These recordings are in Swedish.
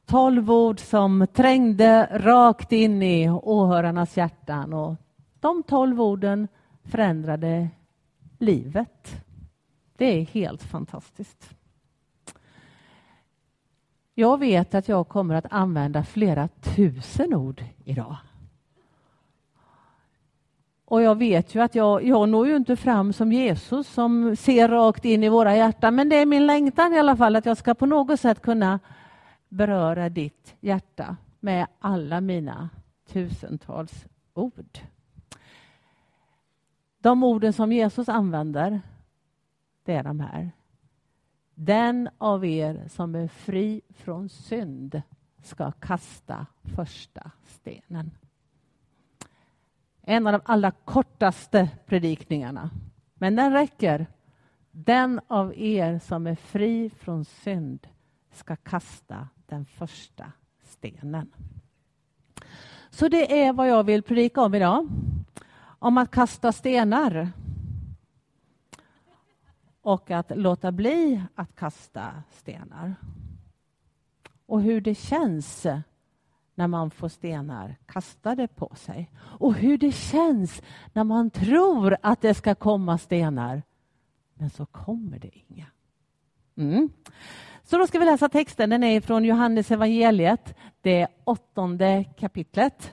12 ord som trängde rakt in i åhörarnas hjärtan, och de 12 orden förändrade livet. Det är helt fantastiskt. Jag vet att jag kommer att använda flera tusen ord idag. Och jag vet ju att jag når ju inte fram som Jesus som ser rakt in i våra hjärtan. Men det är min längtan i alla fall att jag ska på något sätt kunna beröra ditt hjärta med alla mina tusentals ord. De orden som Jesus använder, det är de här. Den av er som är fri från synd ska kasta första stenen. En av de allra kortaste predikningarna. Men den räcker. Den av er som är fri från synd ska kasta den första stenen. Så det är vad jag vill predika om idag. Om att kasta stenar. Och att låta bli att kasta stenar. Och hur det känns när man får stenar kastade på sig. Och hur det känns när man tror att det ska komma stenar. Men så kommer det inga. Så då ska vi läsa texten. Den är från Johannes evangeliet. Det 8:e kapitlet.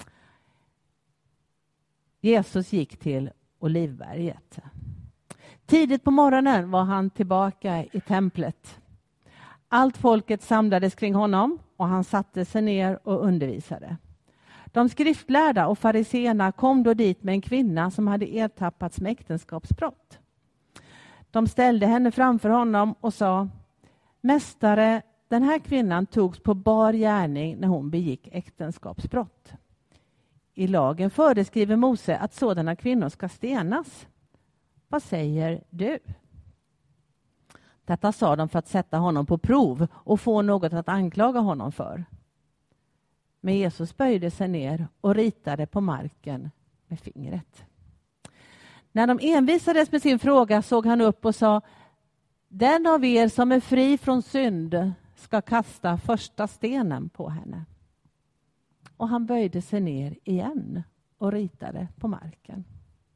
Jesus gick till Olivberget. Tidigt på morgonen var han tillbaka i templet. Allt folket samlades kring honom och han satte sig ner och undervisade. De skriftlärda och fariseerna kom då dit med en kvinna som hade ertappats med äktenskapsbrott. De ställde henne framför honom och sa: Mästare, den här kvinnan togs på bar gärning när hon begick äktenskapsbrott. I lagen föreskriver Mose att sådana kvinnor ska stenas. Vad säger du? Detta sa de för att sätta honom på prov och få något att anklaga honom för. Men Jesus böjde sig ner och ritade på marken med fingret. När de envisades med sin fråga såg han upp och sa: Den av er som är fri från synd ska kasta första stenen på henne. Och han böjde sig ner igen och ritade på marken.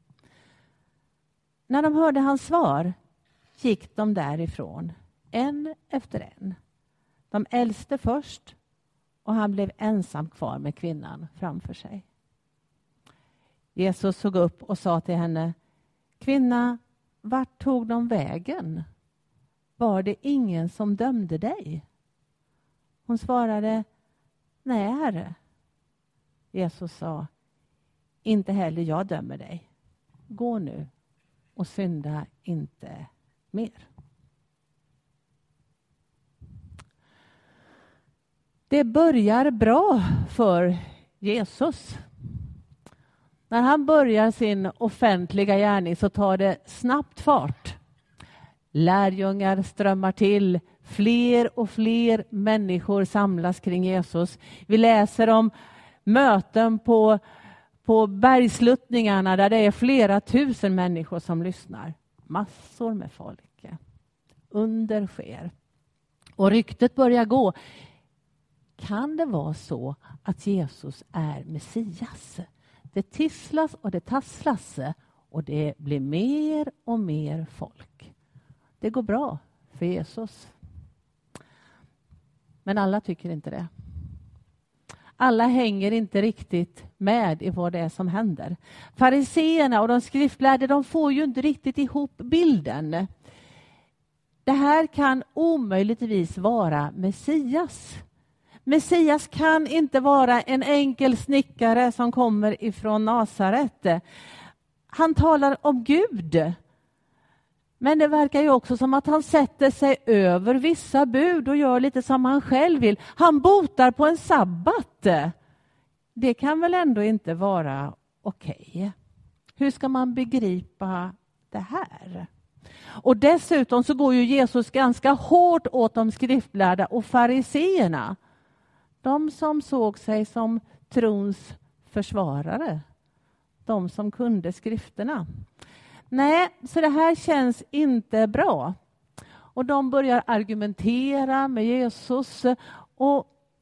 När de hörde hans svar gick de därifrån, en efter en. De äldste först, och han blev ensam kvar med kvinnan framför sig. Jesus såg upp och sa till henne: Kvinna, vart tog de vägen? Var det ingen som dömde dig? Hon svarade: Nej, Herre. Jesus sa: Inte heller jag dömer dig. Gå nu och synda inte mer. Det börjar bra för Jesus. När han börjar sin offentliga gärning så tar det snabbt fart. Lärjungar strömmar till. Fler och fler människor samlas kring Jesus. Vi läser om möten på bergsluttningarna där det är flera tusen människor som lyssnar. Massor med folk. Under sker. Och ryktet börjar gå. Kan det vara så att Jesus är Messias? Det tisslas och det tasslas och det blir mer och mer folk. Det går bra för Jesus. Men alla tycker inte det. Alla hänger inte riktigt med i vad det är som händer. Fariseerna och de skriftlärde, de får ju inte riktigt ihop bilden. Det här kan omöjligtvis vara Messias. Messias kan inte vara en enkel snickare som kommer ifrån Nasaret. Han talar om Gud. Men det verkar ju också som att han sätter sig över vissa bud och gör lite som han själv vill. Han botar på en sabbat. Det kan väl ändå inte vara okej. Hur ska man begripa det här? Och dessutom så går ju Jesus ganska hårt åt de skriftlärda och fariseerna. De som såg sig som trons försvarare. De som kunde skrifterna. Nej, så det här känns inte bra. Och de börjar argumentera med Jesus. Och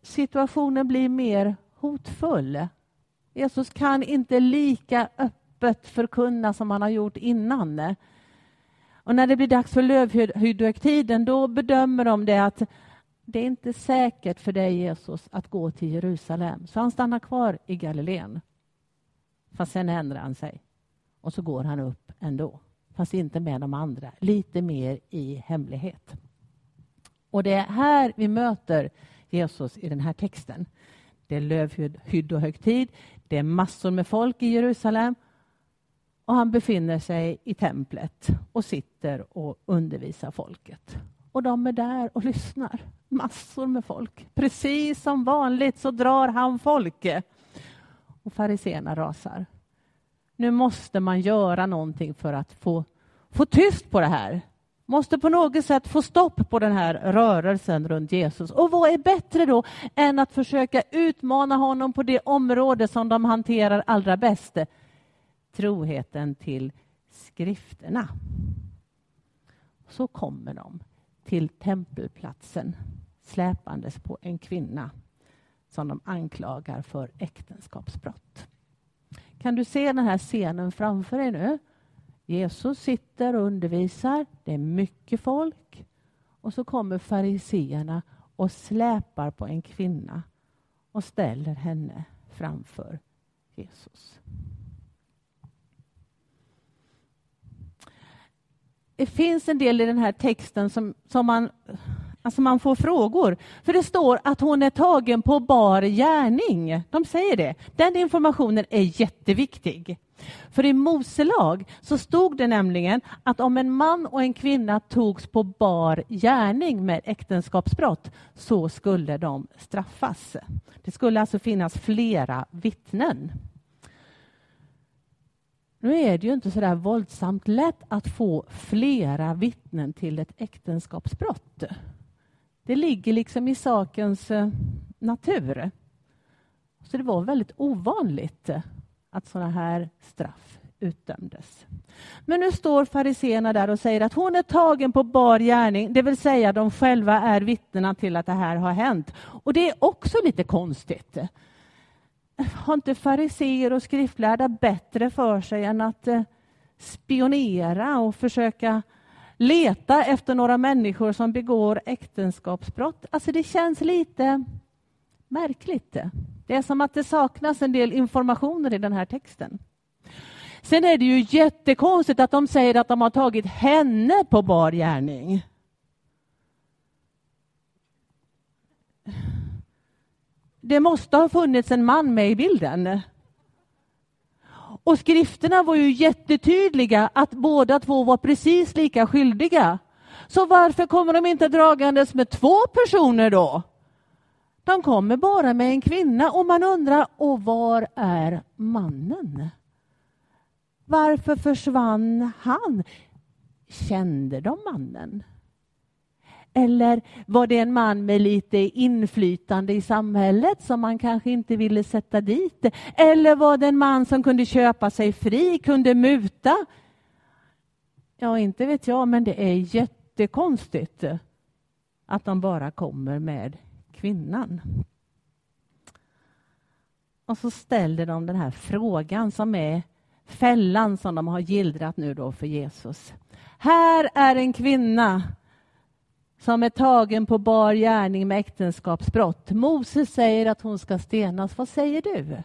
situationen blir mer hotfull. Jesus kan inte lika öppet förkunna som han har gjort innan. Och när det blir dags för lövhyddohögtiden, då bedömer de det att det är inte säkert för dig, Jesus, att gå till Jerusalem. Så han stannar kvar i Galileen. Fast sen ändrar han sig. Och så går han upp ändå. Fast inte med de andra. Lite mer i hemlighet. Och det är här vi möter Jesus i den här texten. Det är lövhyddohögtid. Det är massor med folk i Jerusalem. Och han befinner sig i templet och sitter och undervisar folket. Och de är där och lyssnar. Massor med folk. Precis som vanligt så drar han folk. Och fariséerna rasar. Nu måste man göra någonting för att få tyst på det här. Måste på något sätt få stopp på den här rörelsen runt Jesus. Och vad är bättre då än att försöka utmana honom på det område som de hanterar allra bäst? Troheten till skrifterna. Så kommer de till tempelplatsen släpandes på en kvinna som de anklagar för äktenskapsbrott. Kan du se den här scenen framför dig nu? Jesus sitter och undervisar. Det är mycket folk. Och så kommer fariséerna och släpar på en kvinna och ställer henne framför Jesus. Det finns en del i den här texten som man får frågor. För det står att hon är tagen på bar gärning. De säger det. Den informationen är jätteviktig. För i Moselag så stod det nämligen att om en man och en kvinna togs på bar gärning med äktenskapsbrott så skulle de straffas. Det skulle alltså finnas flera vittnen. Nu är det ju inte så där våldsamt lätt att få flera vittnen till ett äktenskapsbrott. Det ligger liksom i sakens natur. Så det var väldigt ovanligt att sådana här straff utdömdes. Men nu står fariséerna där och säger att hon är tagen på bar gärning. Det vill säga de själva är vittnena till att det här har hänt. Och det är också lite konstigt. Har inte fariséer och skriftlärda bättre för sig än att spionera och försöka leta efter några människor som begår äktenskapsbrott? Alltså det känns lite märkligt. Det är som att det saknas en del informationer i den här texten. Sen är det ju jättekonstigt att de säger att de har tagit henne på bar gärning. Det måste ha funnits en man med i bilden. Och skrifterna var ju jättetydliga att båda två var precis lika skyldiga. Så varför kommer de inte dragandes med 2 personer då? De kommer bara med en kvinna och man undrar, och var är mannen? Varför försvann han? Kände de mannen? Eller var det en man med lite inflytande i samhället som man kanske inte ville sätta dit? Eller var det en man som kunde köpa sig fri, kunde muta? Ja, inte vet jag, men det är jättekonstigt att de bara kommer med kvinnan. Och så ställer de den här frågan som är fällan som de har gillrat nu då för Jesus. Här är en kvinna som är tagen på bar gärning med äktenskapsbrott. Moses säger att hon ska stenas. Vad säger du?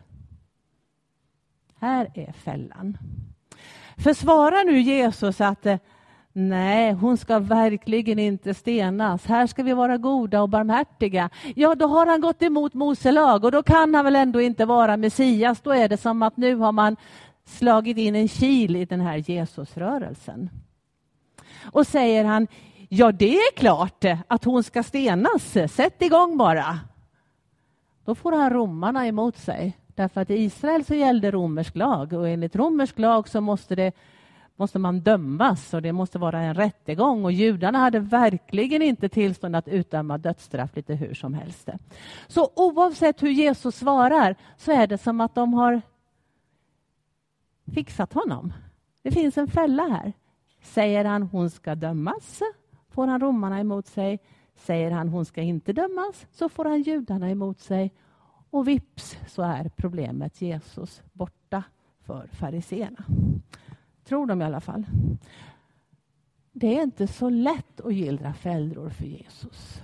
Här är fällan. Försvarar nu Jesus att nej, hon ska verkligen inte stenas. Här ska vi vara goda och barmhärtiga. Ja, då har han gått emot Moselag och då kan han väl ändå inte vara Messias. Då är det som att nu har man slagit in en kil i den här Jesusrörelsen. Och säger han, ja det är klart att hon ska stenas. Sätt igång bara. Då får han romarna emot sig. Därför att i Israel så gällde romersk lag. Och enligt romersk lag så måste man dömas. Och det måste vara en rättegång. Och judarna hade verkligen inte tillstånd att utdöma dödsstraff lite hur som helst. Så oavsett hur Jesus svarar så är det som att de har fixat honom. Det finns en fälla här. Säger han hon ska dömas, får han romarna emot sig. säger han hon ska inte dömas, så får han judarna emot sig. Och vips så är problemet Jesus borta för fariseerna. Tror de i alla fall. Det är inte så lätt att gillra fällor för Jesus.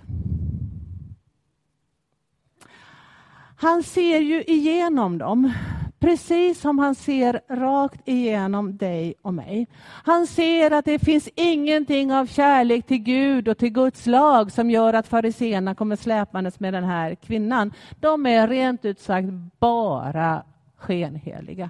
Han ser ju igenom dem. Precis som han ser rakt igenom dig och mig. Han ser att det finns ingenting av kärlek till Gud och till Guds lag som gör att fariseerna kommer släpandes med den här kvinnan. De är rent ut sagt bara skenheliga.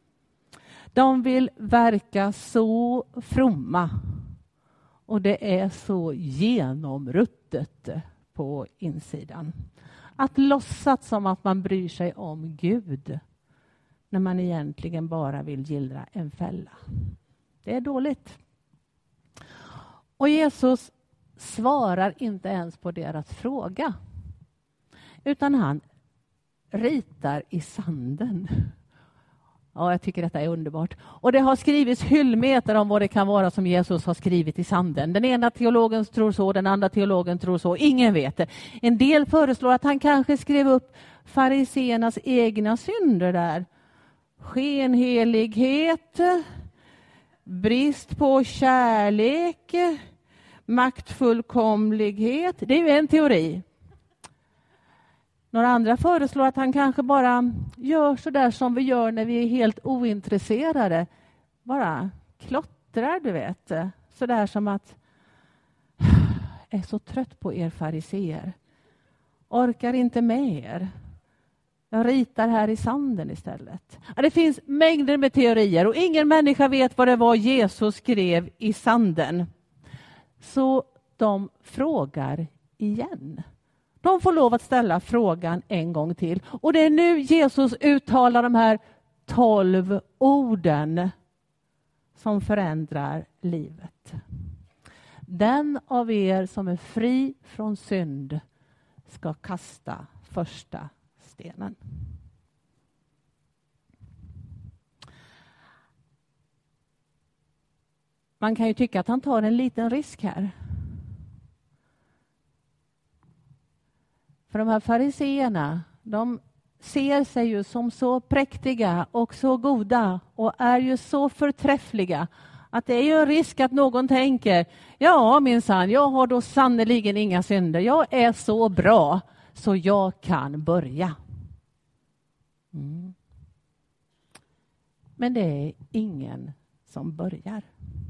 De vill verka så fromma. Och det är så genomruttet på insidan. Att låtsas som att man bryr sig om Gud när man egentligen bara vill gillra en fälla. Det är dåligt. Och Jesus svarar inte ens på deras fråga. Utan han ritar i sanden. Ja, jag tycker detta är underbart. Och det har skrivits hyllmeter om vad det kan vara som Jesus har skrivit i sanden. Den ena teologen tror så, den andra teologen tror så. Ingen vet det. En del föreslår att han kanske skrev upp fariseernas egna synder där. Skenhelighet, brist på kärlek, maktfullkomlighet. Det är ju en teori. Några andra föreslår att han kanske bara gör så där som vi gör när vi är helt ointresserade. Bara klottrar, du vet. Så där som att jag är så trött på er fariseer. Orkar inte med er. Jag ritar här i sanden istället. Ja, det finns mängder med teorier och ingen människa vet vad det var Jesus skrev i sanden. Så de frågar igen. De får lov att ställa frågan en gång till. Och det är nu Jesus uttalar de här 12 orden som förändrar livet. Den av er som är fri från synd ska kasta första stenen. Man kan ju tycka att han tar en liten risk här. För de här fariseerna, de ser sig ju som så präktiga och så goda och är ju så förträffliga att det är ju en risk att någon tänker, ja minsann, jag har då sannoliken inga synder. Jag är så bra så jag kan börja. Men det är ingen som börjar.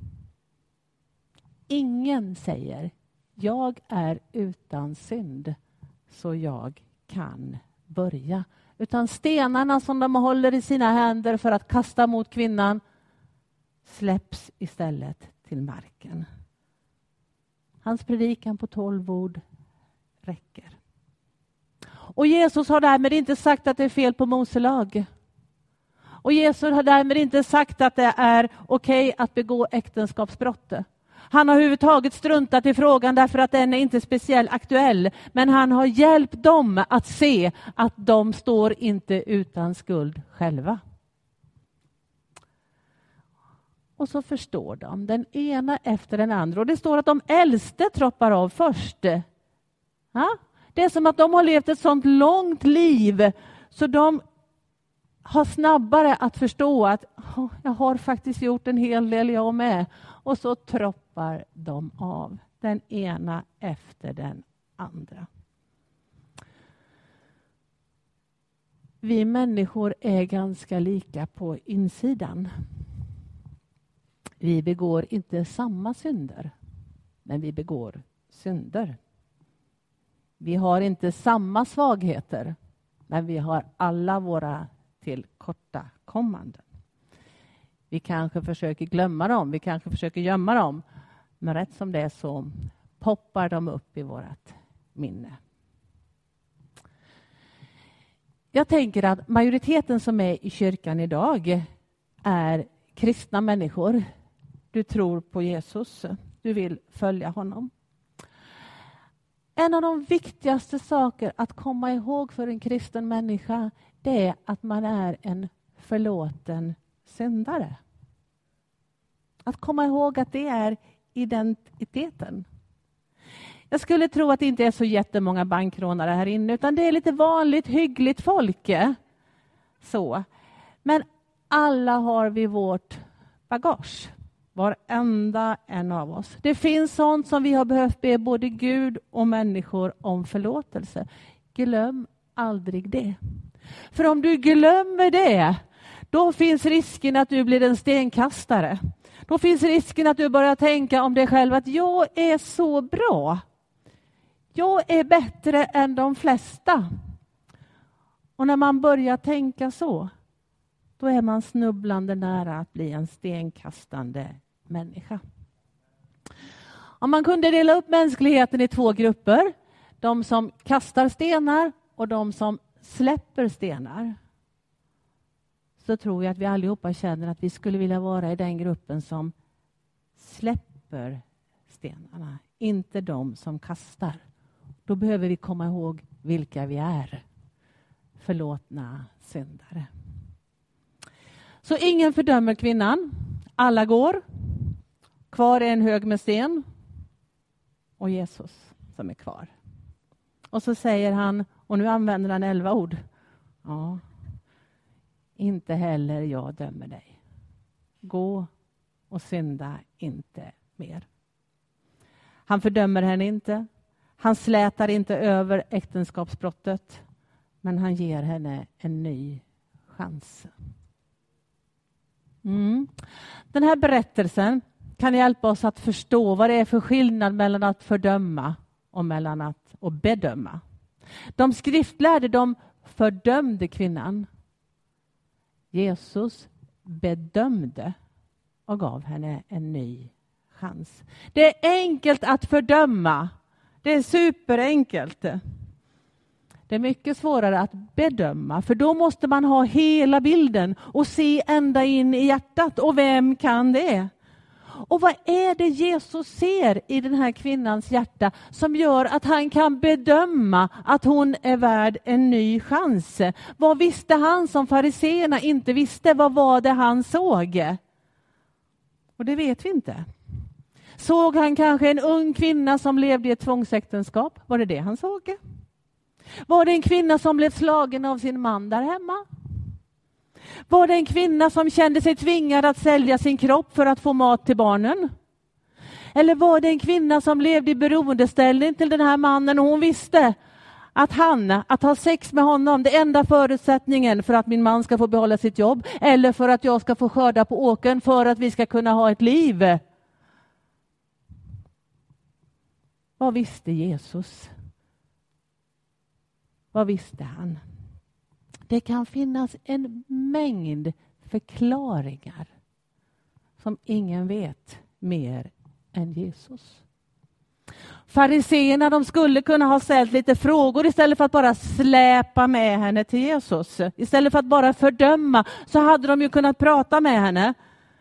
Ingen säger, jag är utan synd så jag kan börja. Utan stenarna som de håller i sina händer för att kasta mot kvinnan släpps istället till marken. Hans predikan på 12 ord räcker. Och Jesus har därmed inte sagt att det är fel på Mose lag. Och Jesus har därmed inte sagt att det är okej att begå äktenskapsbrott. Han har överhuvudtaget struntat i frågan därför att den är inte speciellt aktuell. Men han har hjälpt dem att se att de står inte utan skuld själva. Och så förstår de den ena efter den andra. Och det står att de äldste troppar av först. Ja? Det är som att de har levt ett sånt långt liv så de har snabbare att förstå att jag har faktiskt gjort en hel del jag med. Och så troppar de av den ena efter den andra. Vi människor är ganska lika på insidan. Vi begår inte samma synder, men vi begår synder. Vi har inte samma svagheter, men vi har alla våra tillkortakommanden. Vi kanske försöker glömma dem, vi kanske försöker gömma dem, men rätt som det är så poppar de upp i vårt minne. Jag tänker att majoriteten som är i kyrkan idag är kristna människor. Du tror på Jesus, du vill följa honom. En av de viktigaste saker att komma ihåg för en kristen människa, det är att man är en förlåten syndare. Att komma ihåg att det är identiteten. Jag skulle tro att det inte är så jättemånga bankrånare här inne, utan det är lite vanligt, hyggligt folk. Så. Men alla har vi vårt bagage. Varenda en av oss. Det finns sånt som vi har behövt be både Gud och människor om förlåtelse. Glöm aldrig det. För om du glömmer det, då finns risken att du blir en stenkastare. Då finns risken att du börjar tänka om dig själv att jag är så bra. Jag är bättre än de flesta. Och när man börjar tänka så, då är man snubblande nära att bli en stenkastande människa. Om man kunde dela upp mänskligheten i 2 grupper, de som kastar stenar och de som släpper stenar, så tror jag att vi allihopa känner att vi skulle vilja vara i den gruppen som släpper stenarna, inte de som kastar. Då behöver vi komma ihåg vilka vi är. Förlåtna syndare. Så ingen fördömer kvinnan. Alla går. Kvar är en hög med sten. Och Jesus som är kvar. Och så säger han, och nu använder han 11 ord. Ja, inte heller jag dömer dig. Gå och synda inte mer. Han fördömer henne inte. Han slätar inte över äktenskapsbrottet. Men han ger henne en ny chans. Den här berättelsen kan hjälpa oss att förstå vad det är för skillnad mellan att fördöma och mellan att bedöma. De skriftlärde, de fördömde kvinnan. Jesus bedömde och gav henne en ny chans. Det är enkelt att fördöma. Det är superenkelt. Det är mycket svårare att bedöma, för då måste man ha hela bilden och se ända in i hjärtat. Och vem kan det? Och vad är det Jesus ser i den här kvinnans hjärta som gör att han kan bedöma att hon är värd en ny chans? Vad visste han som fariseerna inte visste? Vad var det han såg? Och det vet vi inte. Såg han kanske en ung kvinna som levde i ett tvångsäktenskap? Var det han såg? Var det en kvinna som blev slagen av sin man där hemma? Var det en kvinna som kände sig tvingad att sälja sin kropp för att få mat till barnen? Eller var det en kvinna som levde i beroendeställning till den här mannen och hon visste att ha sex med honom, det enda förutsättningen för att min man ska få behålla sitt jobb eller för att jag ska få skörda på åkern för att vi ska kunna ha ett liv? Vad visste Jesus? Vad visste han? Det kan finnas en mängd förklaringar som ingen vet mer än Jesus. Fariseerna, de skulle kunna ha ställt lite frågor istället för att bara släpa med henne till Jesus. Istället för att bara fördöma så hade de ju kunnat prata med henne.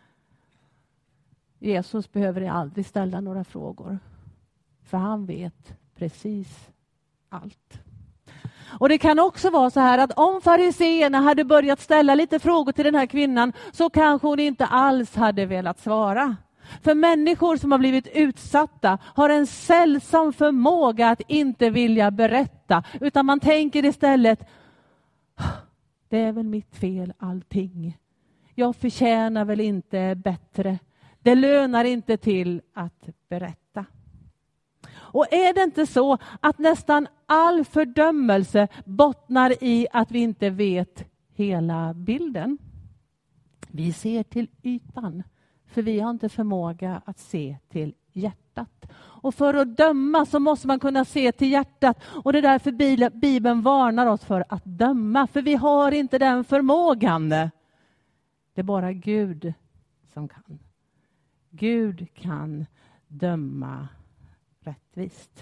Jesus behöver aldrig ställa några frågor. För han vet precis allt. Och det kan också vara så här att om fariseerna hade börjat ställa lite frågor till den här kvinnan så kanske hon inte alls hade velat svara. För människor som har blivit utsatta har en sällsam förmåga att inte vilja berätta. Utan man tänker istället, det är väl mitt fel allting. Jag förtjänar väl inte bättre. Det lönar inte till att berätta. Och är det inte så att nästan all fördömelse bottnar i att vi inte vet hela bilden? Vi ser till ytan, för vi har inte förmåga att se till hjärtat. Och för att döma så måste man kunna se till hjärtat. Och det är därför Bibeln varnar oss för att döma, för vi har inte den förmågan. Det är bara Gud som kan. Gud kan döma rättvist.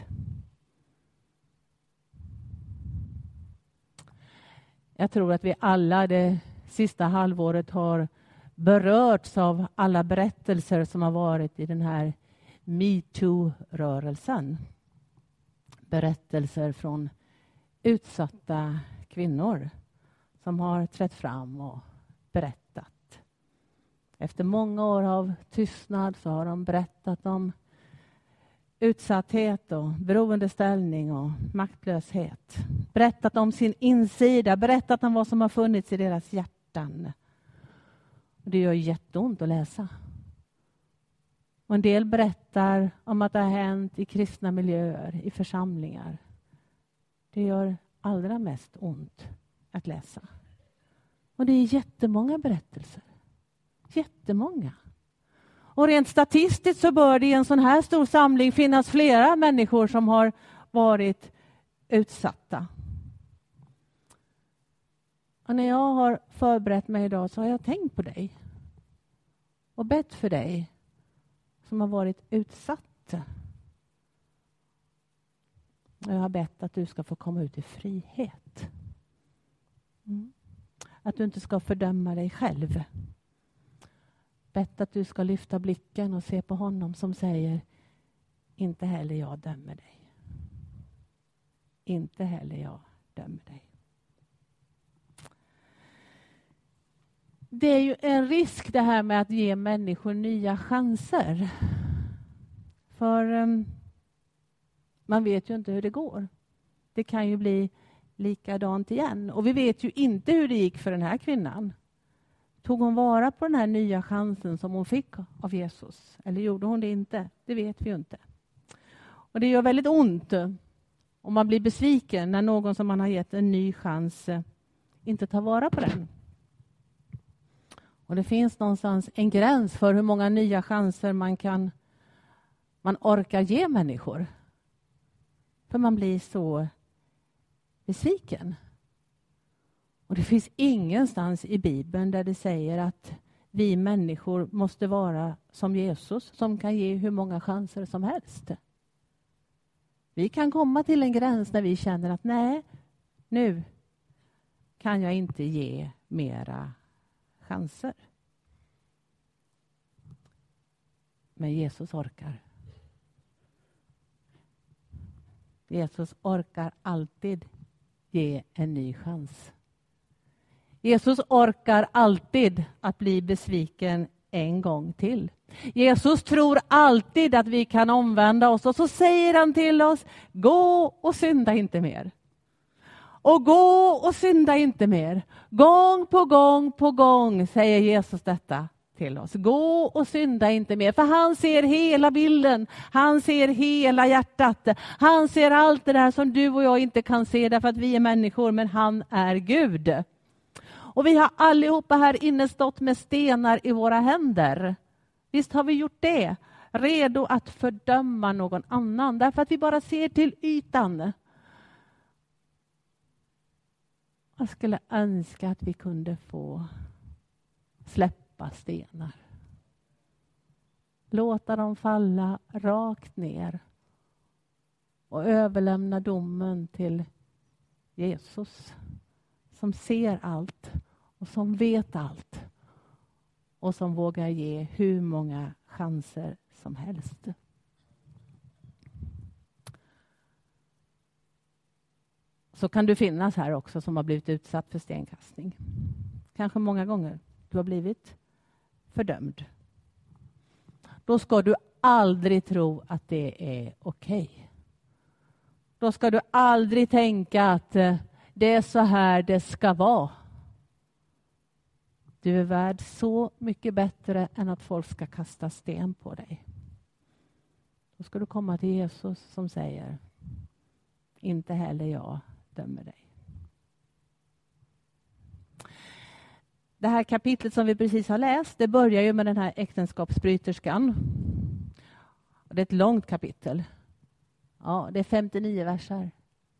Jag tror att vi alla det sista halvåret har berörts av alla berättelser som har varit i den här MeToo-rörelsen. Berättelser från utsatta kvinnor som har trätt fram och berättat. Efter många år av tystnad så har de berättat om utsatthet och beroendeställning och maktlöshet. Berättat om sin insida, berättat om vad som har funnits i deras hjärtan. Det gör jätteont att läsa. Och en del berättar om att det har hänt i kristna miljöer, i församlingar. Det gör allra mest ont att läsa. Och det är jättemånga berättelser. Jättemånga. Och rent statistiskt så bör det i en sån här stor samling finnas flera människor som har varit utsatta. Och när jag har förberett mig idag så har jag tänkt på dig. Och bett för dig som har varit utsatt. Och jag har bett att du ska få komma ut i frihet. Att du inte ska fördöma dig själv. Bett att du ska lyfta blicken och se på honom som säger: inte heller jag dömer dig. Inte heller jag dömer dig. Det är ju en risk det här med att ge människor nya chanser. För man vet ju inte hur det går. Det kan ju bli likadant igen. Och vi vet ju inte hur det gick för den här kvinnan. Tog hon vara på den här nya chansen som hon fick av Jesus? Eller gjorde hon det inte? Det vet vi ju inte. Och det gör väldigt ont om man blir besviken när någon som man har gett en ny chans inte tar vara på den. Och det finns någonstans en gräns för hur många nya chanser man orkar ge människor. För man blir så besviken. Och det finns ingenstans i Bibeln där det säger att vi människor måste vara som Jesus som kan ge hur många chanser som helst. Vi kan komma till en gräns när vi känner att nej, nu kan jag inte ge mera chanser. Men Jesus orkar. Jesus orkar alltid ge en ny chans. Jesus orkar alltid att bli besviken en gång till. Jesus tror alltid att vi kan omvända oss och så säger han till oss: gå och synda inte mer. Och gå och synda inte mer. Gång på gång säger Jesus detta till oss. Gå och synda inte mer. För han ser hela bilden. Han ser hela hjärtat. Han ser allt det där som du och jag inte kan se därför att vi är människor, men han är Gud. Och vi har allihopa här inne stått med stenar i våra händer. Visst har vi gjort det. Redo att fördöma någon annan. Därför att vi bara ser till ytan. Jag skulle önska att vi kunde få släppa stenar. Låta dem falla rakt ner. Och överlämna domen till Jesus. Som ser allt. Och som vet allt. Och som vågar ge hur många chanser som helst. Så kan du finnas här också som har blivit utsatt för stenkastning. Kanske många gånger. Du har blivit fördömd. Då ska du aldrig tro att det är okej. Då ska du aldrig tänka att det är så här det ska vara. Du är värd så mycket bättre än att folk ska kasta sten på dig. Då ska du komma till Jesus som säger: inte heller jag dömer dig. Det här kapitlet som vi precis har läst, det börjar ju med den här äktenskapsbryterskan. Och det är ett långt kapitel. Ja, det är 59 versar.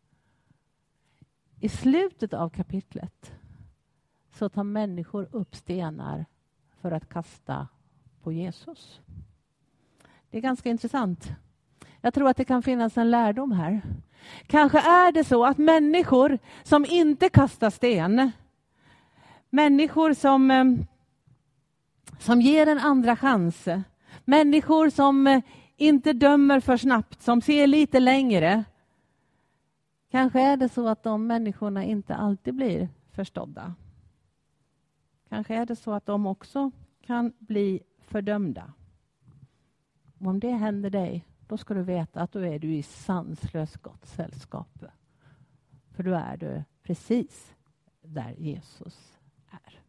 I slutet av kapitlet så tar människor upp stenar för att kasta på Jesus. Det är ganska intressant. Jag tror att det kan finnas en lärdom här. Kanske är det så att människor som inte kastar sten, människor som ger en andra chans, människor som inte dömer för snabbt, som ser lite längre. Kanske är det så att de människorna inte alltid blir förstådda. Kanske är det så att de också kan bli fördömda. Om det händer dig, då ska du veta att då är du i sanslöst gott sällskap. För då är du precis där Jesus är.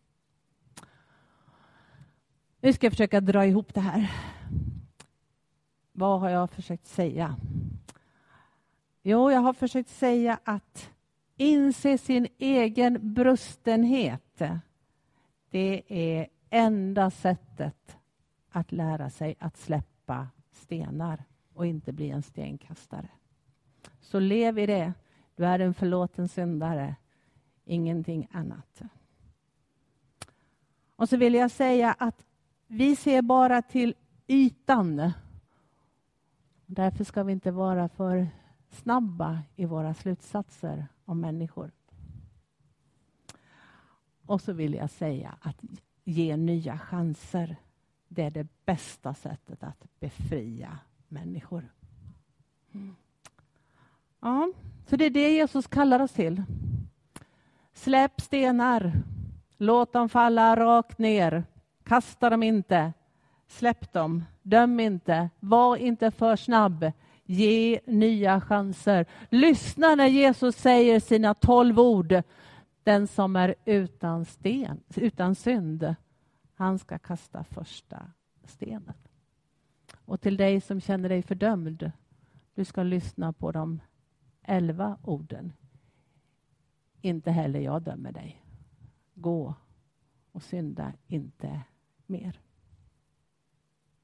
Nu ska jag försöka dra ihop det här. Vad har jag försökt säga? Jo, jag har försökt säga att inse sin egen brustenhet. Det är enda sättet att lära sig att släppa stenar och inte bli en stenkastare. Så lev i det. Du är en förlåten syndare. Ingenting annat. Och så vill jag säga att vi ser bara till ytan. Därför ska vi inte vara för snabba i våra slutsatser om människor. Och så vill jag säga att ge nya chanser. Det är det bästa sättet att befria människor. Ja, så det är det Jesus kallar oss till. Släpp stenar. Låt dem falla rakt ner. Kasta dem inte. Släpp dem. Döm inte. Var inte för snabb. Ge nya chanser. Lyssna när Jesus säger sina 12 ord. Den som är utan synd, han ska kasta första stenen. Och till dig som känner dig fördömd, du ska lyssna på de 11 orden. Inte heller jag dömer dig. Gå och synda inte mer.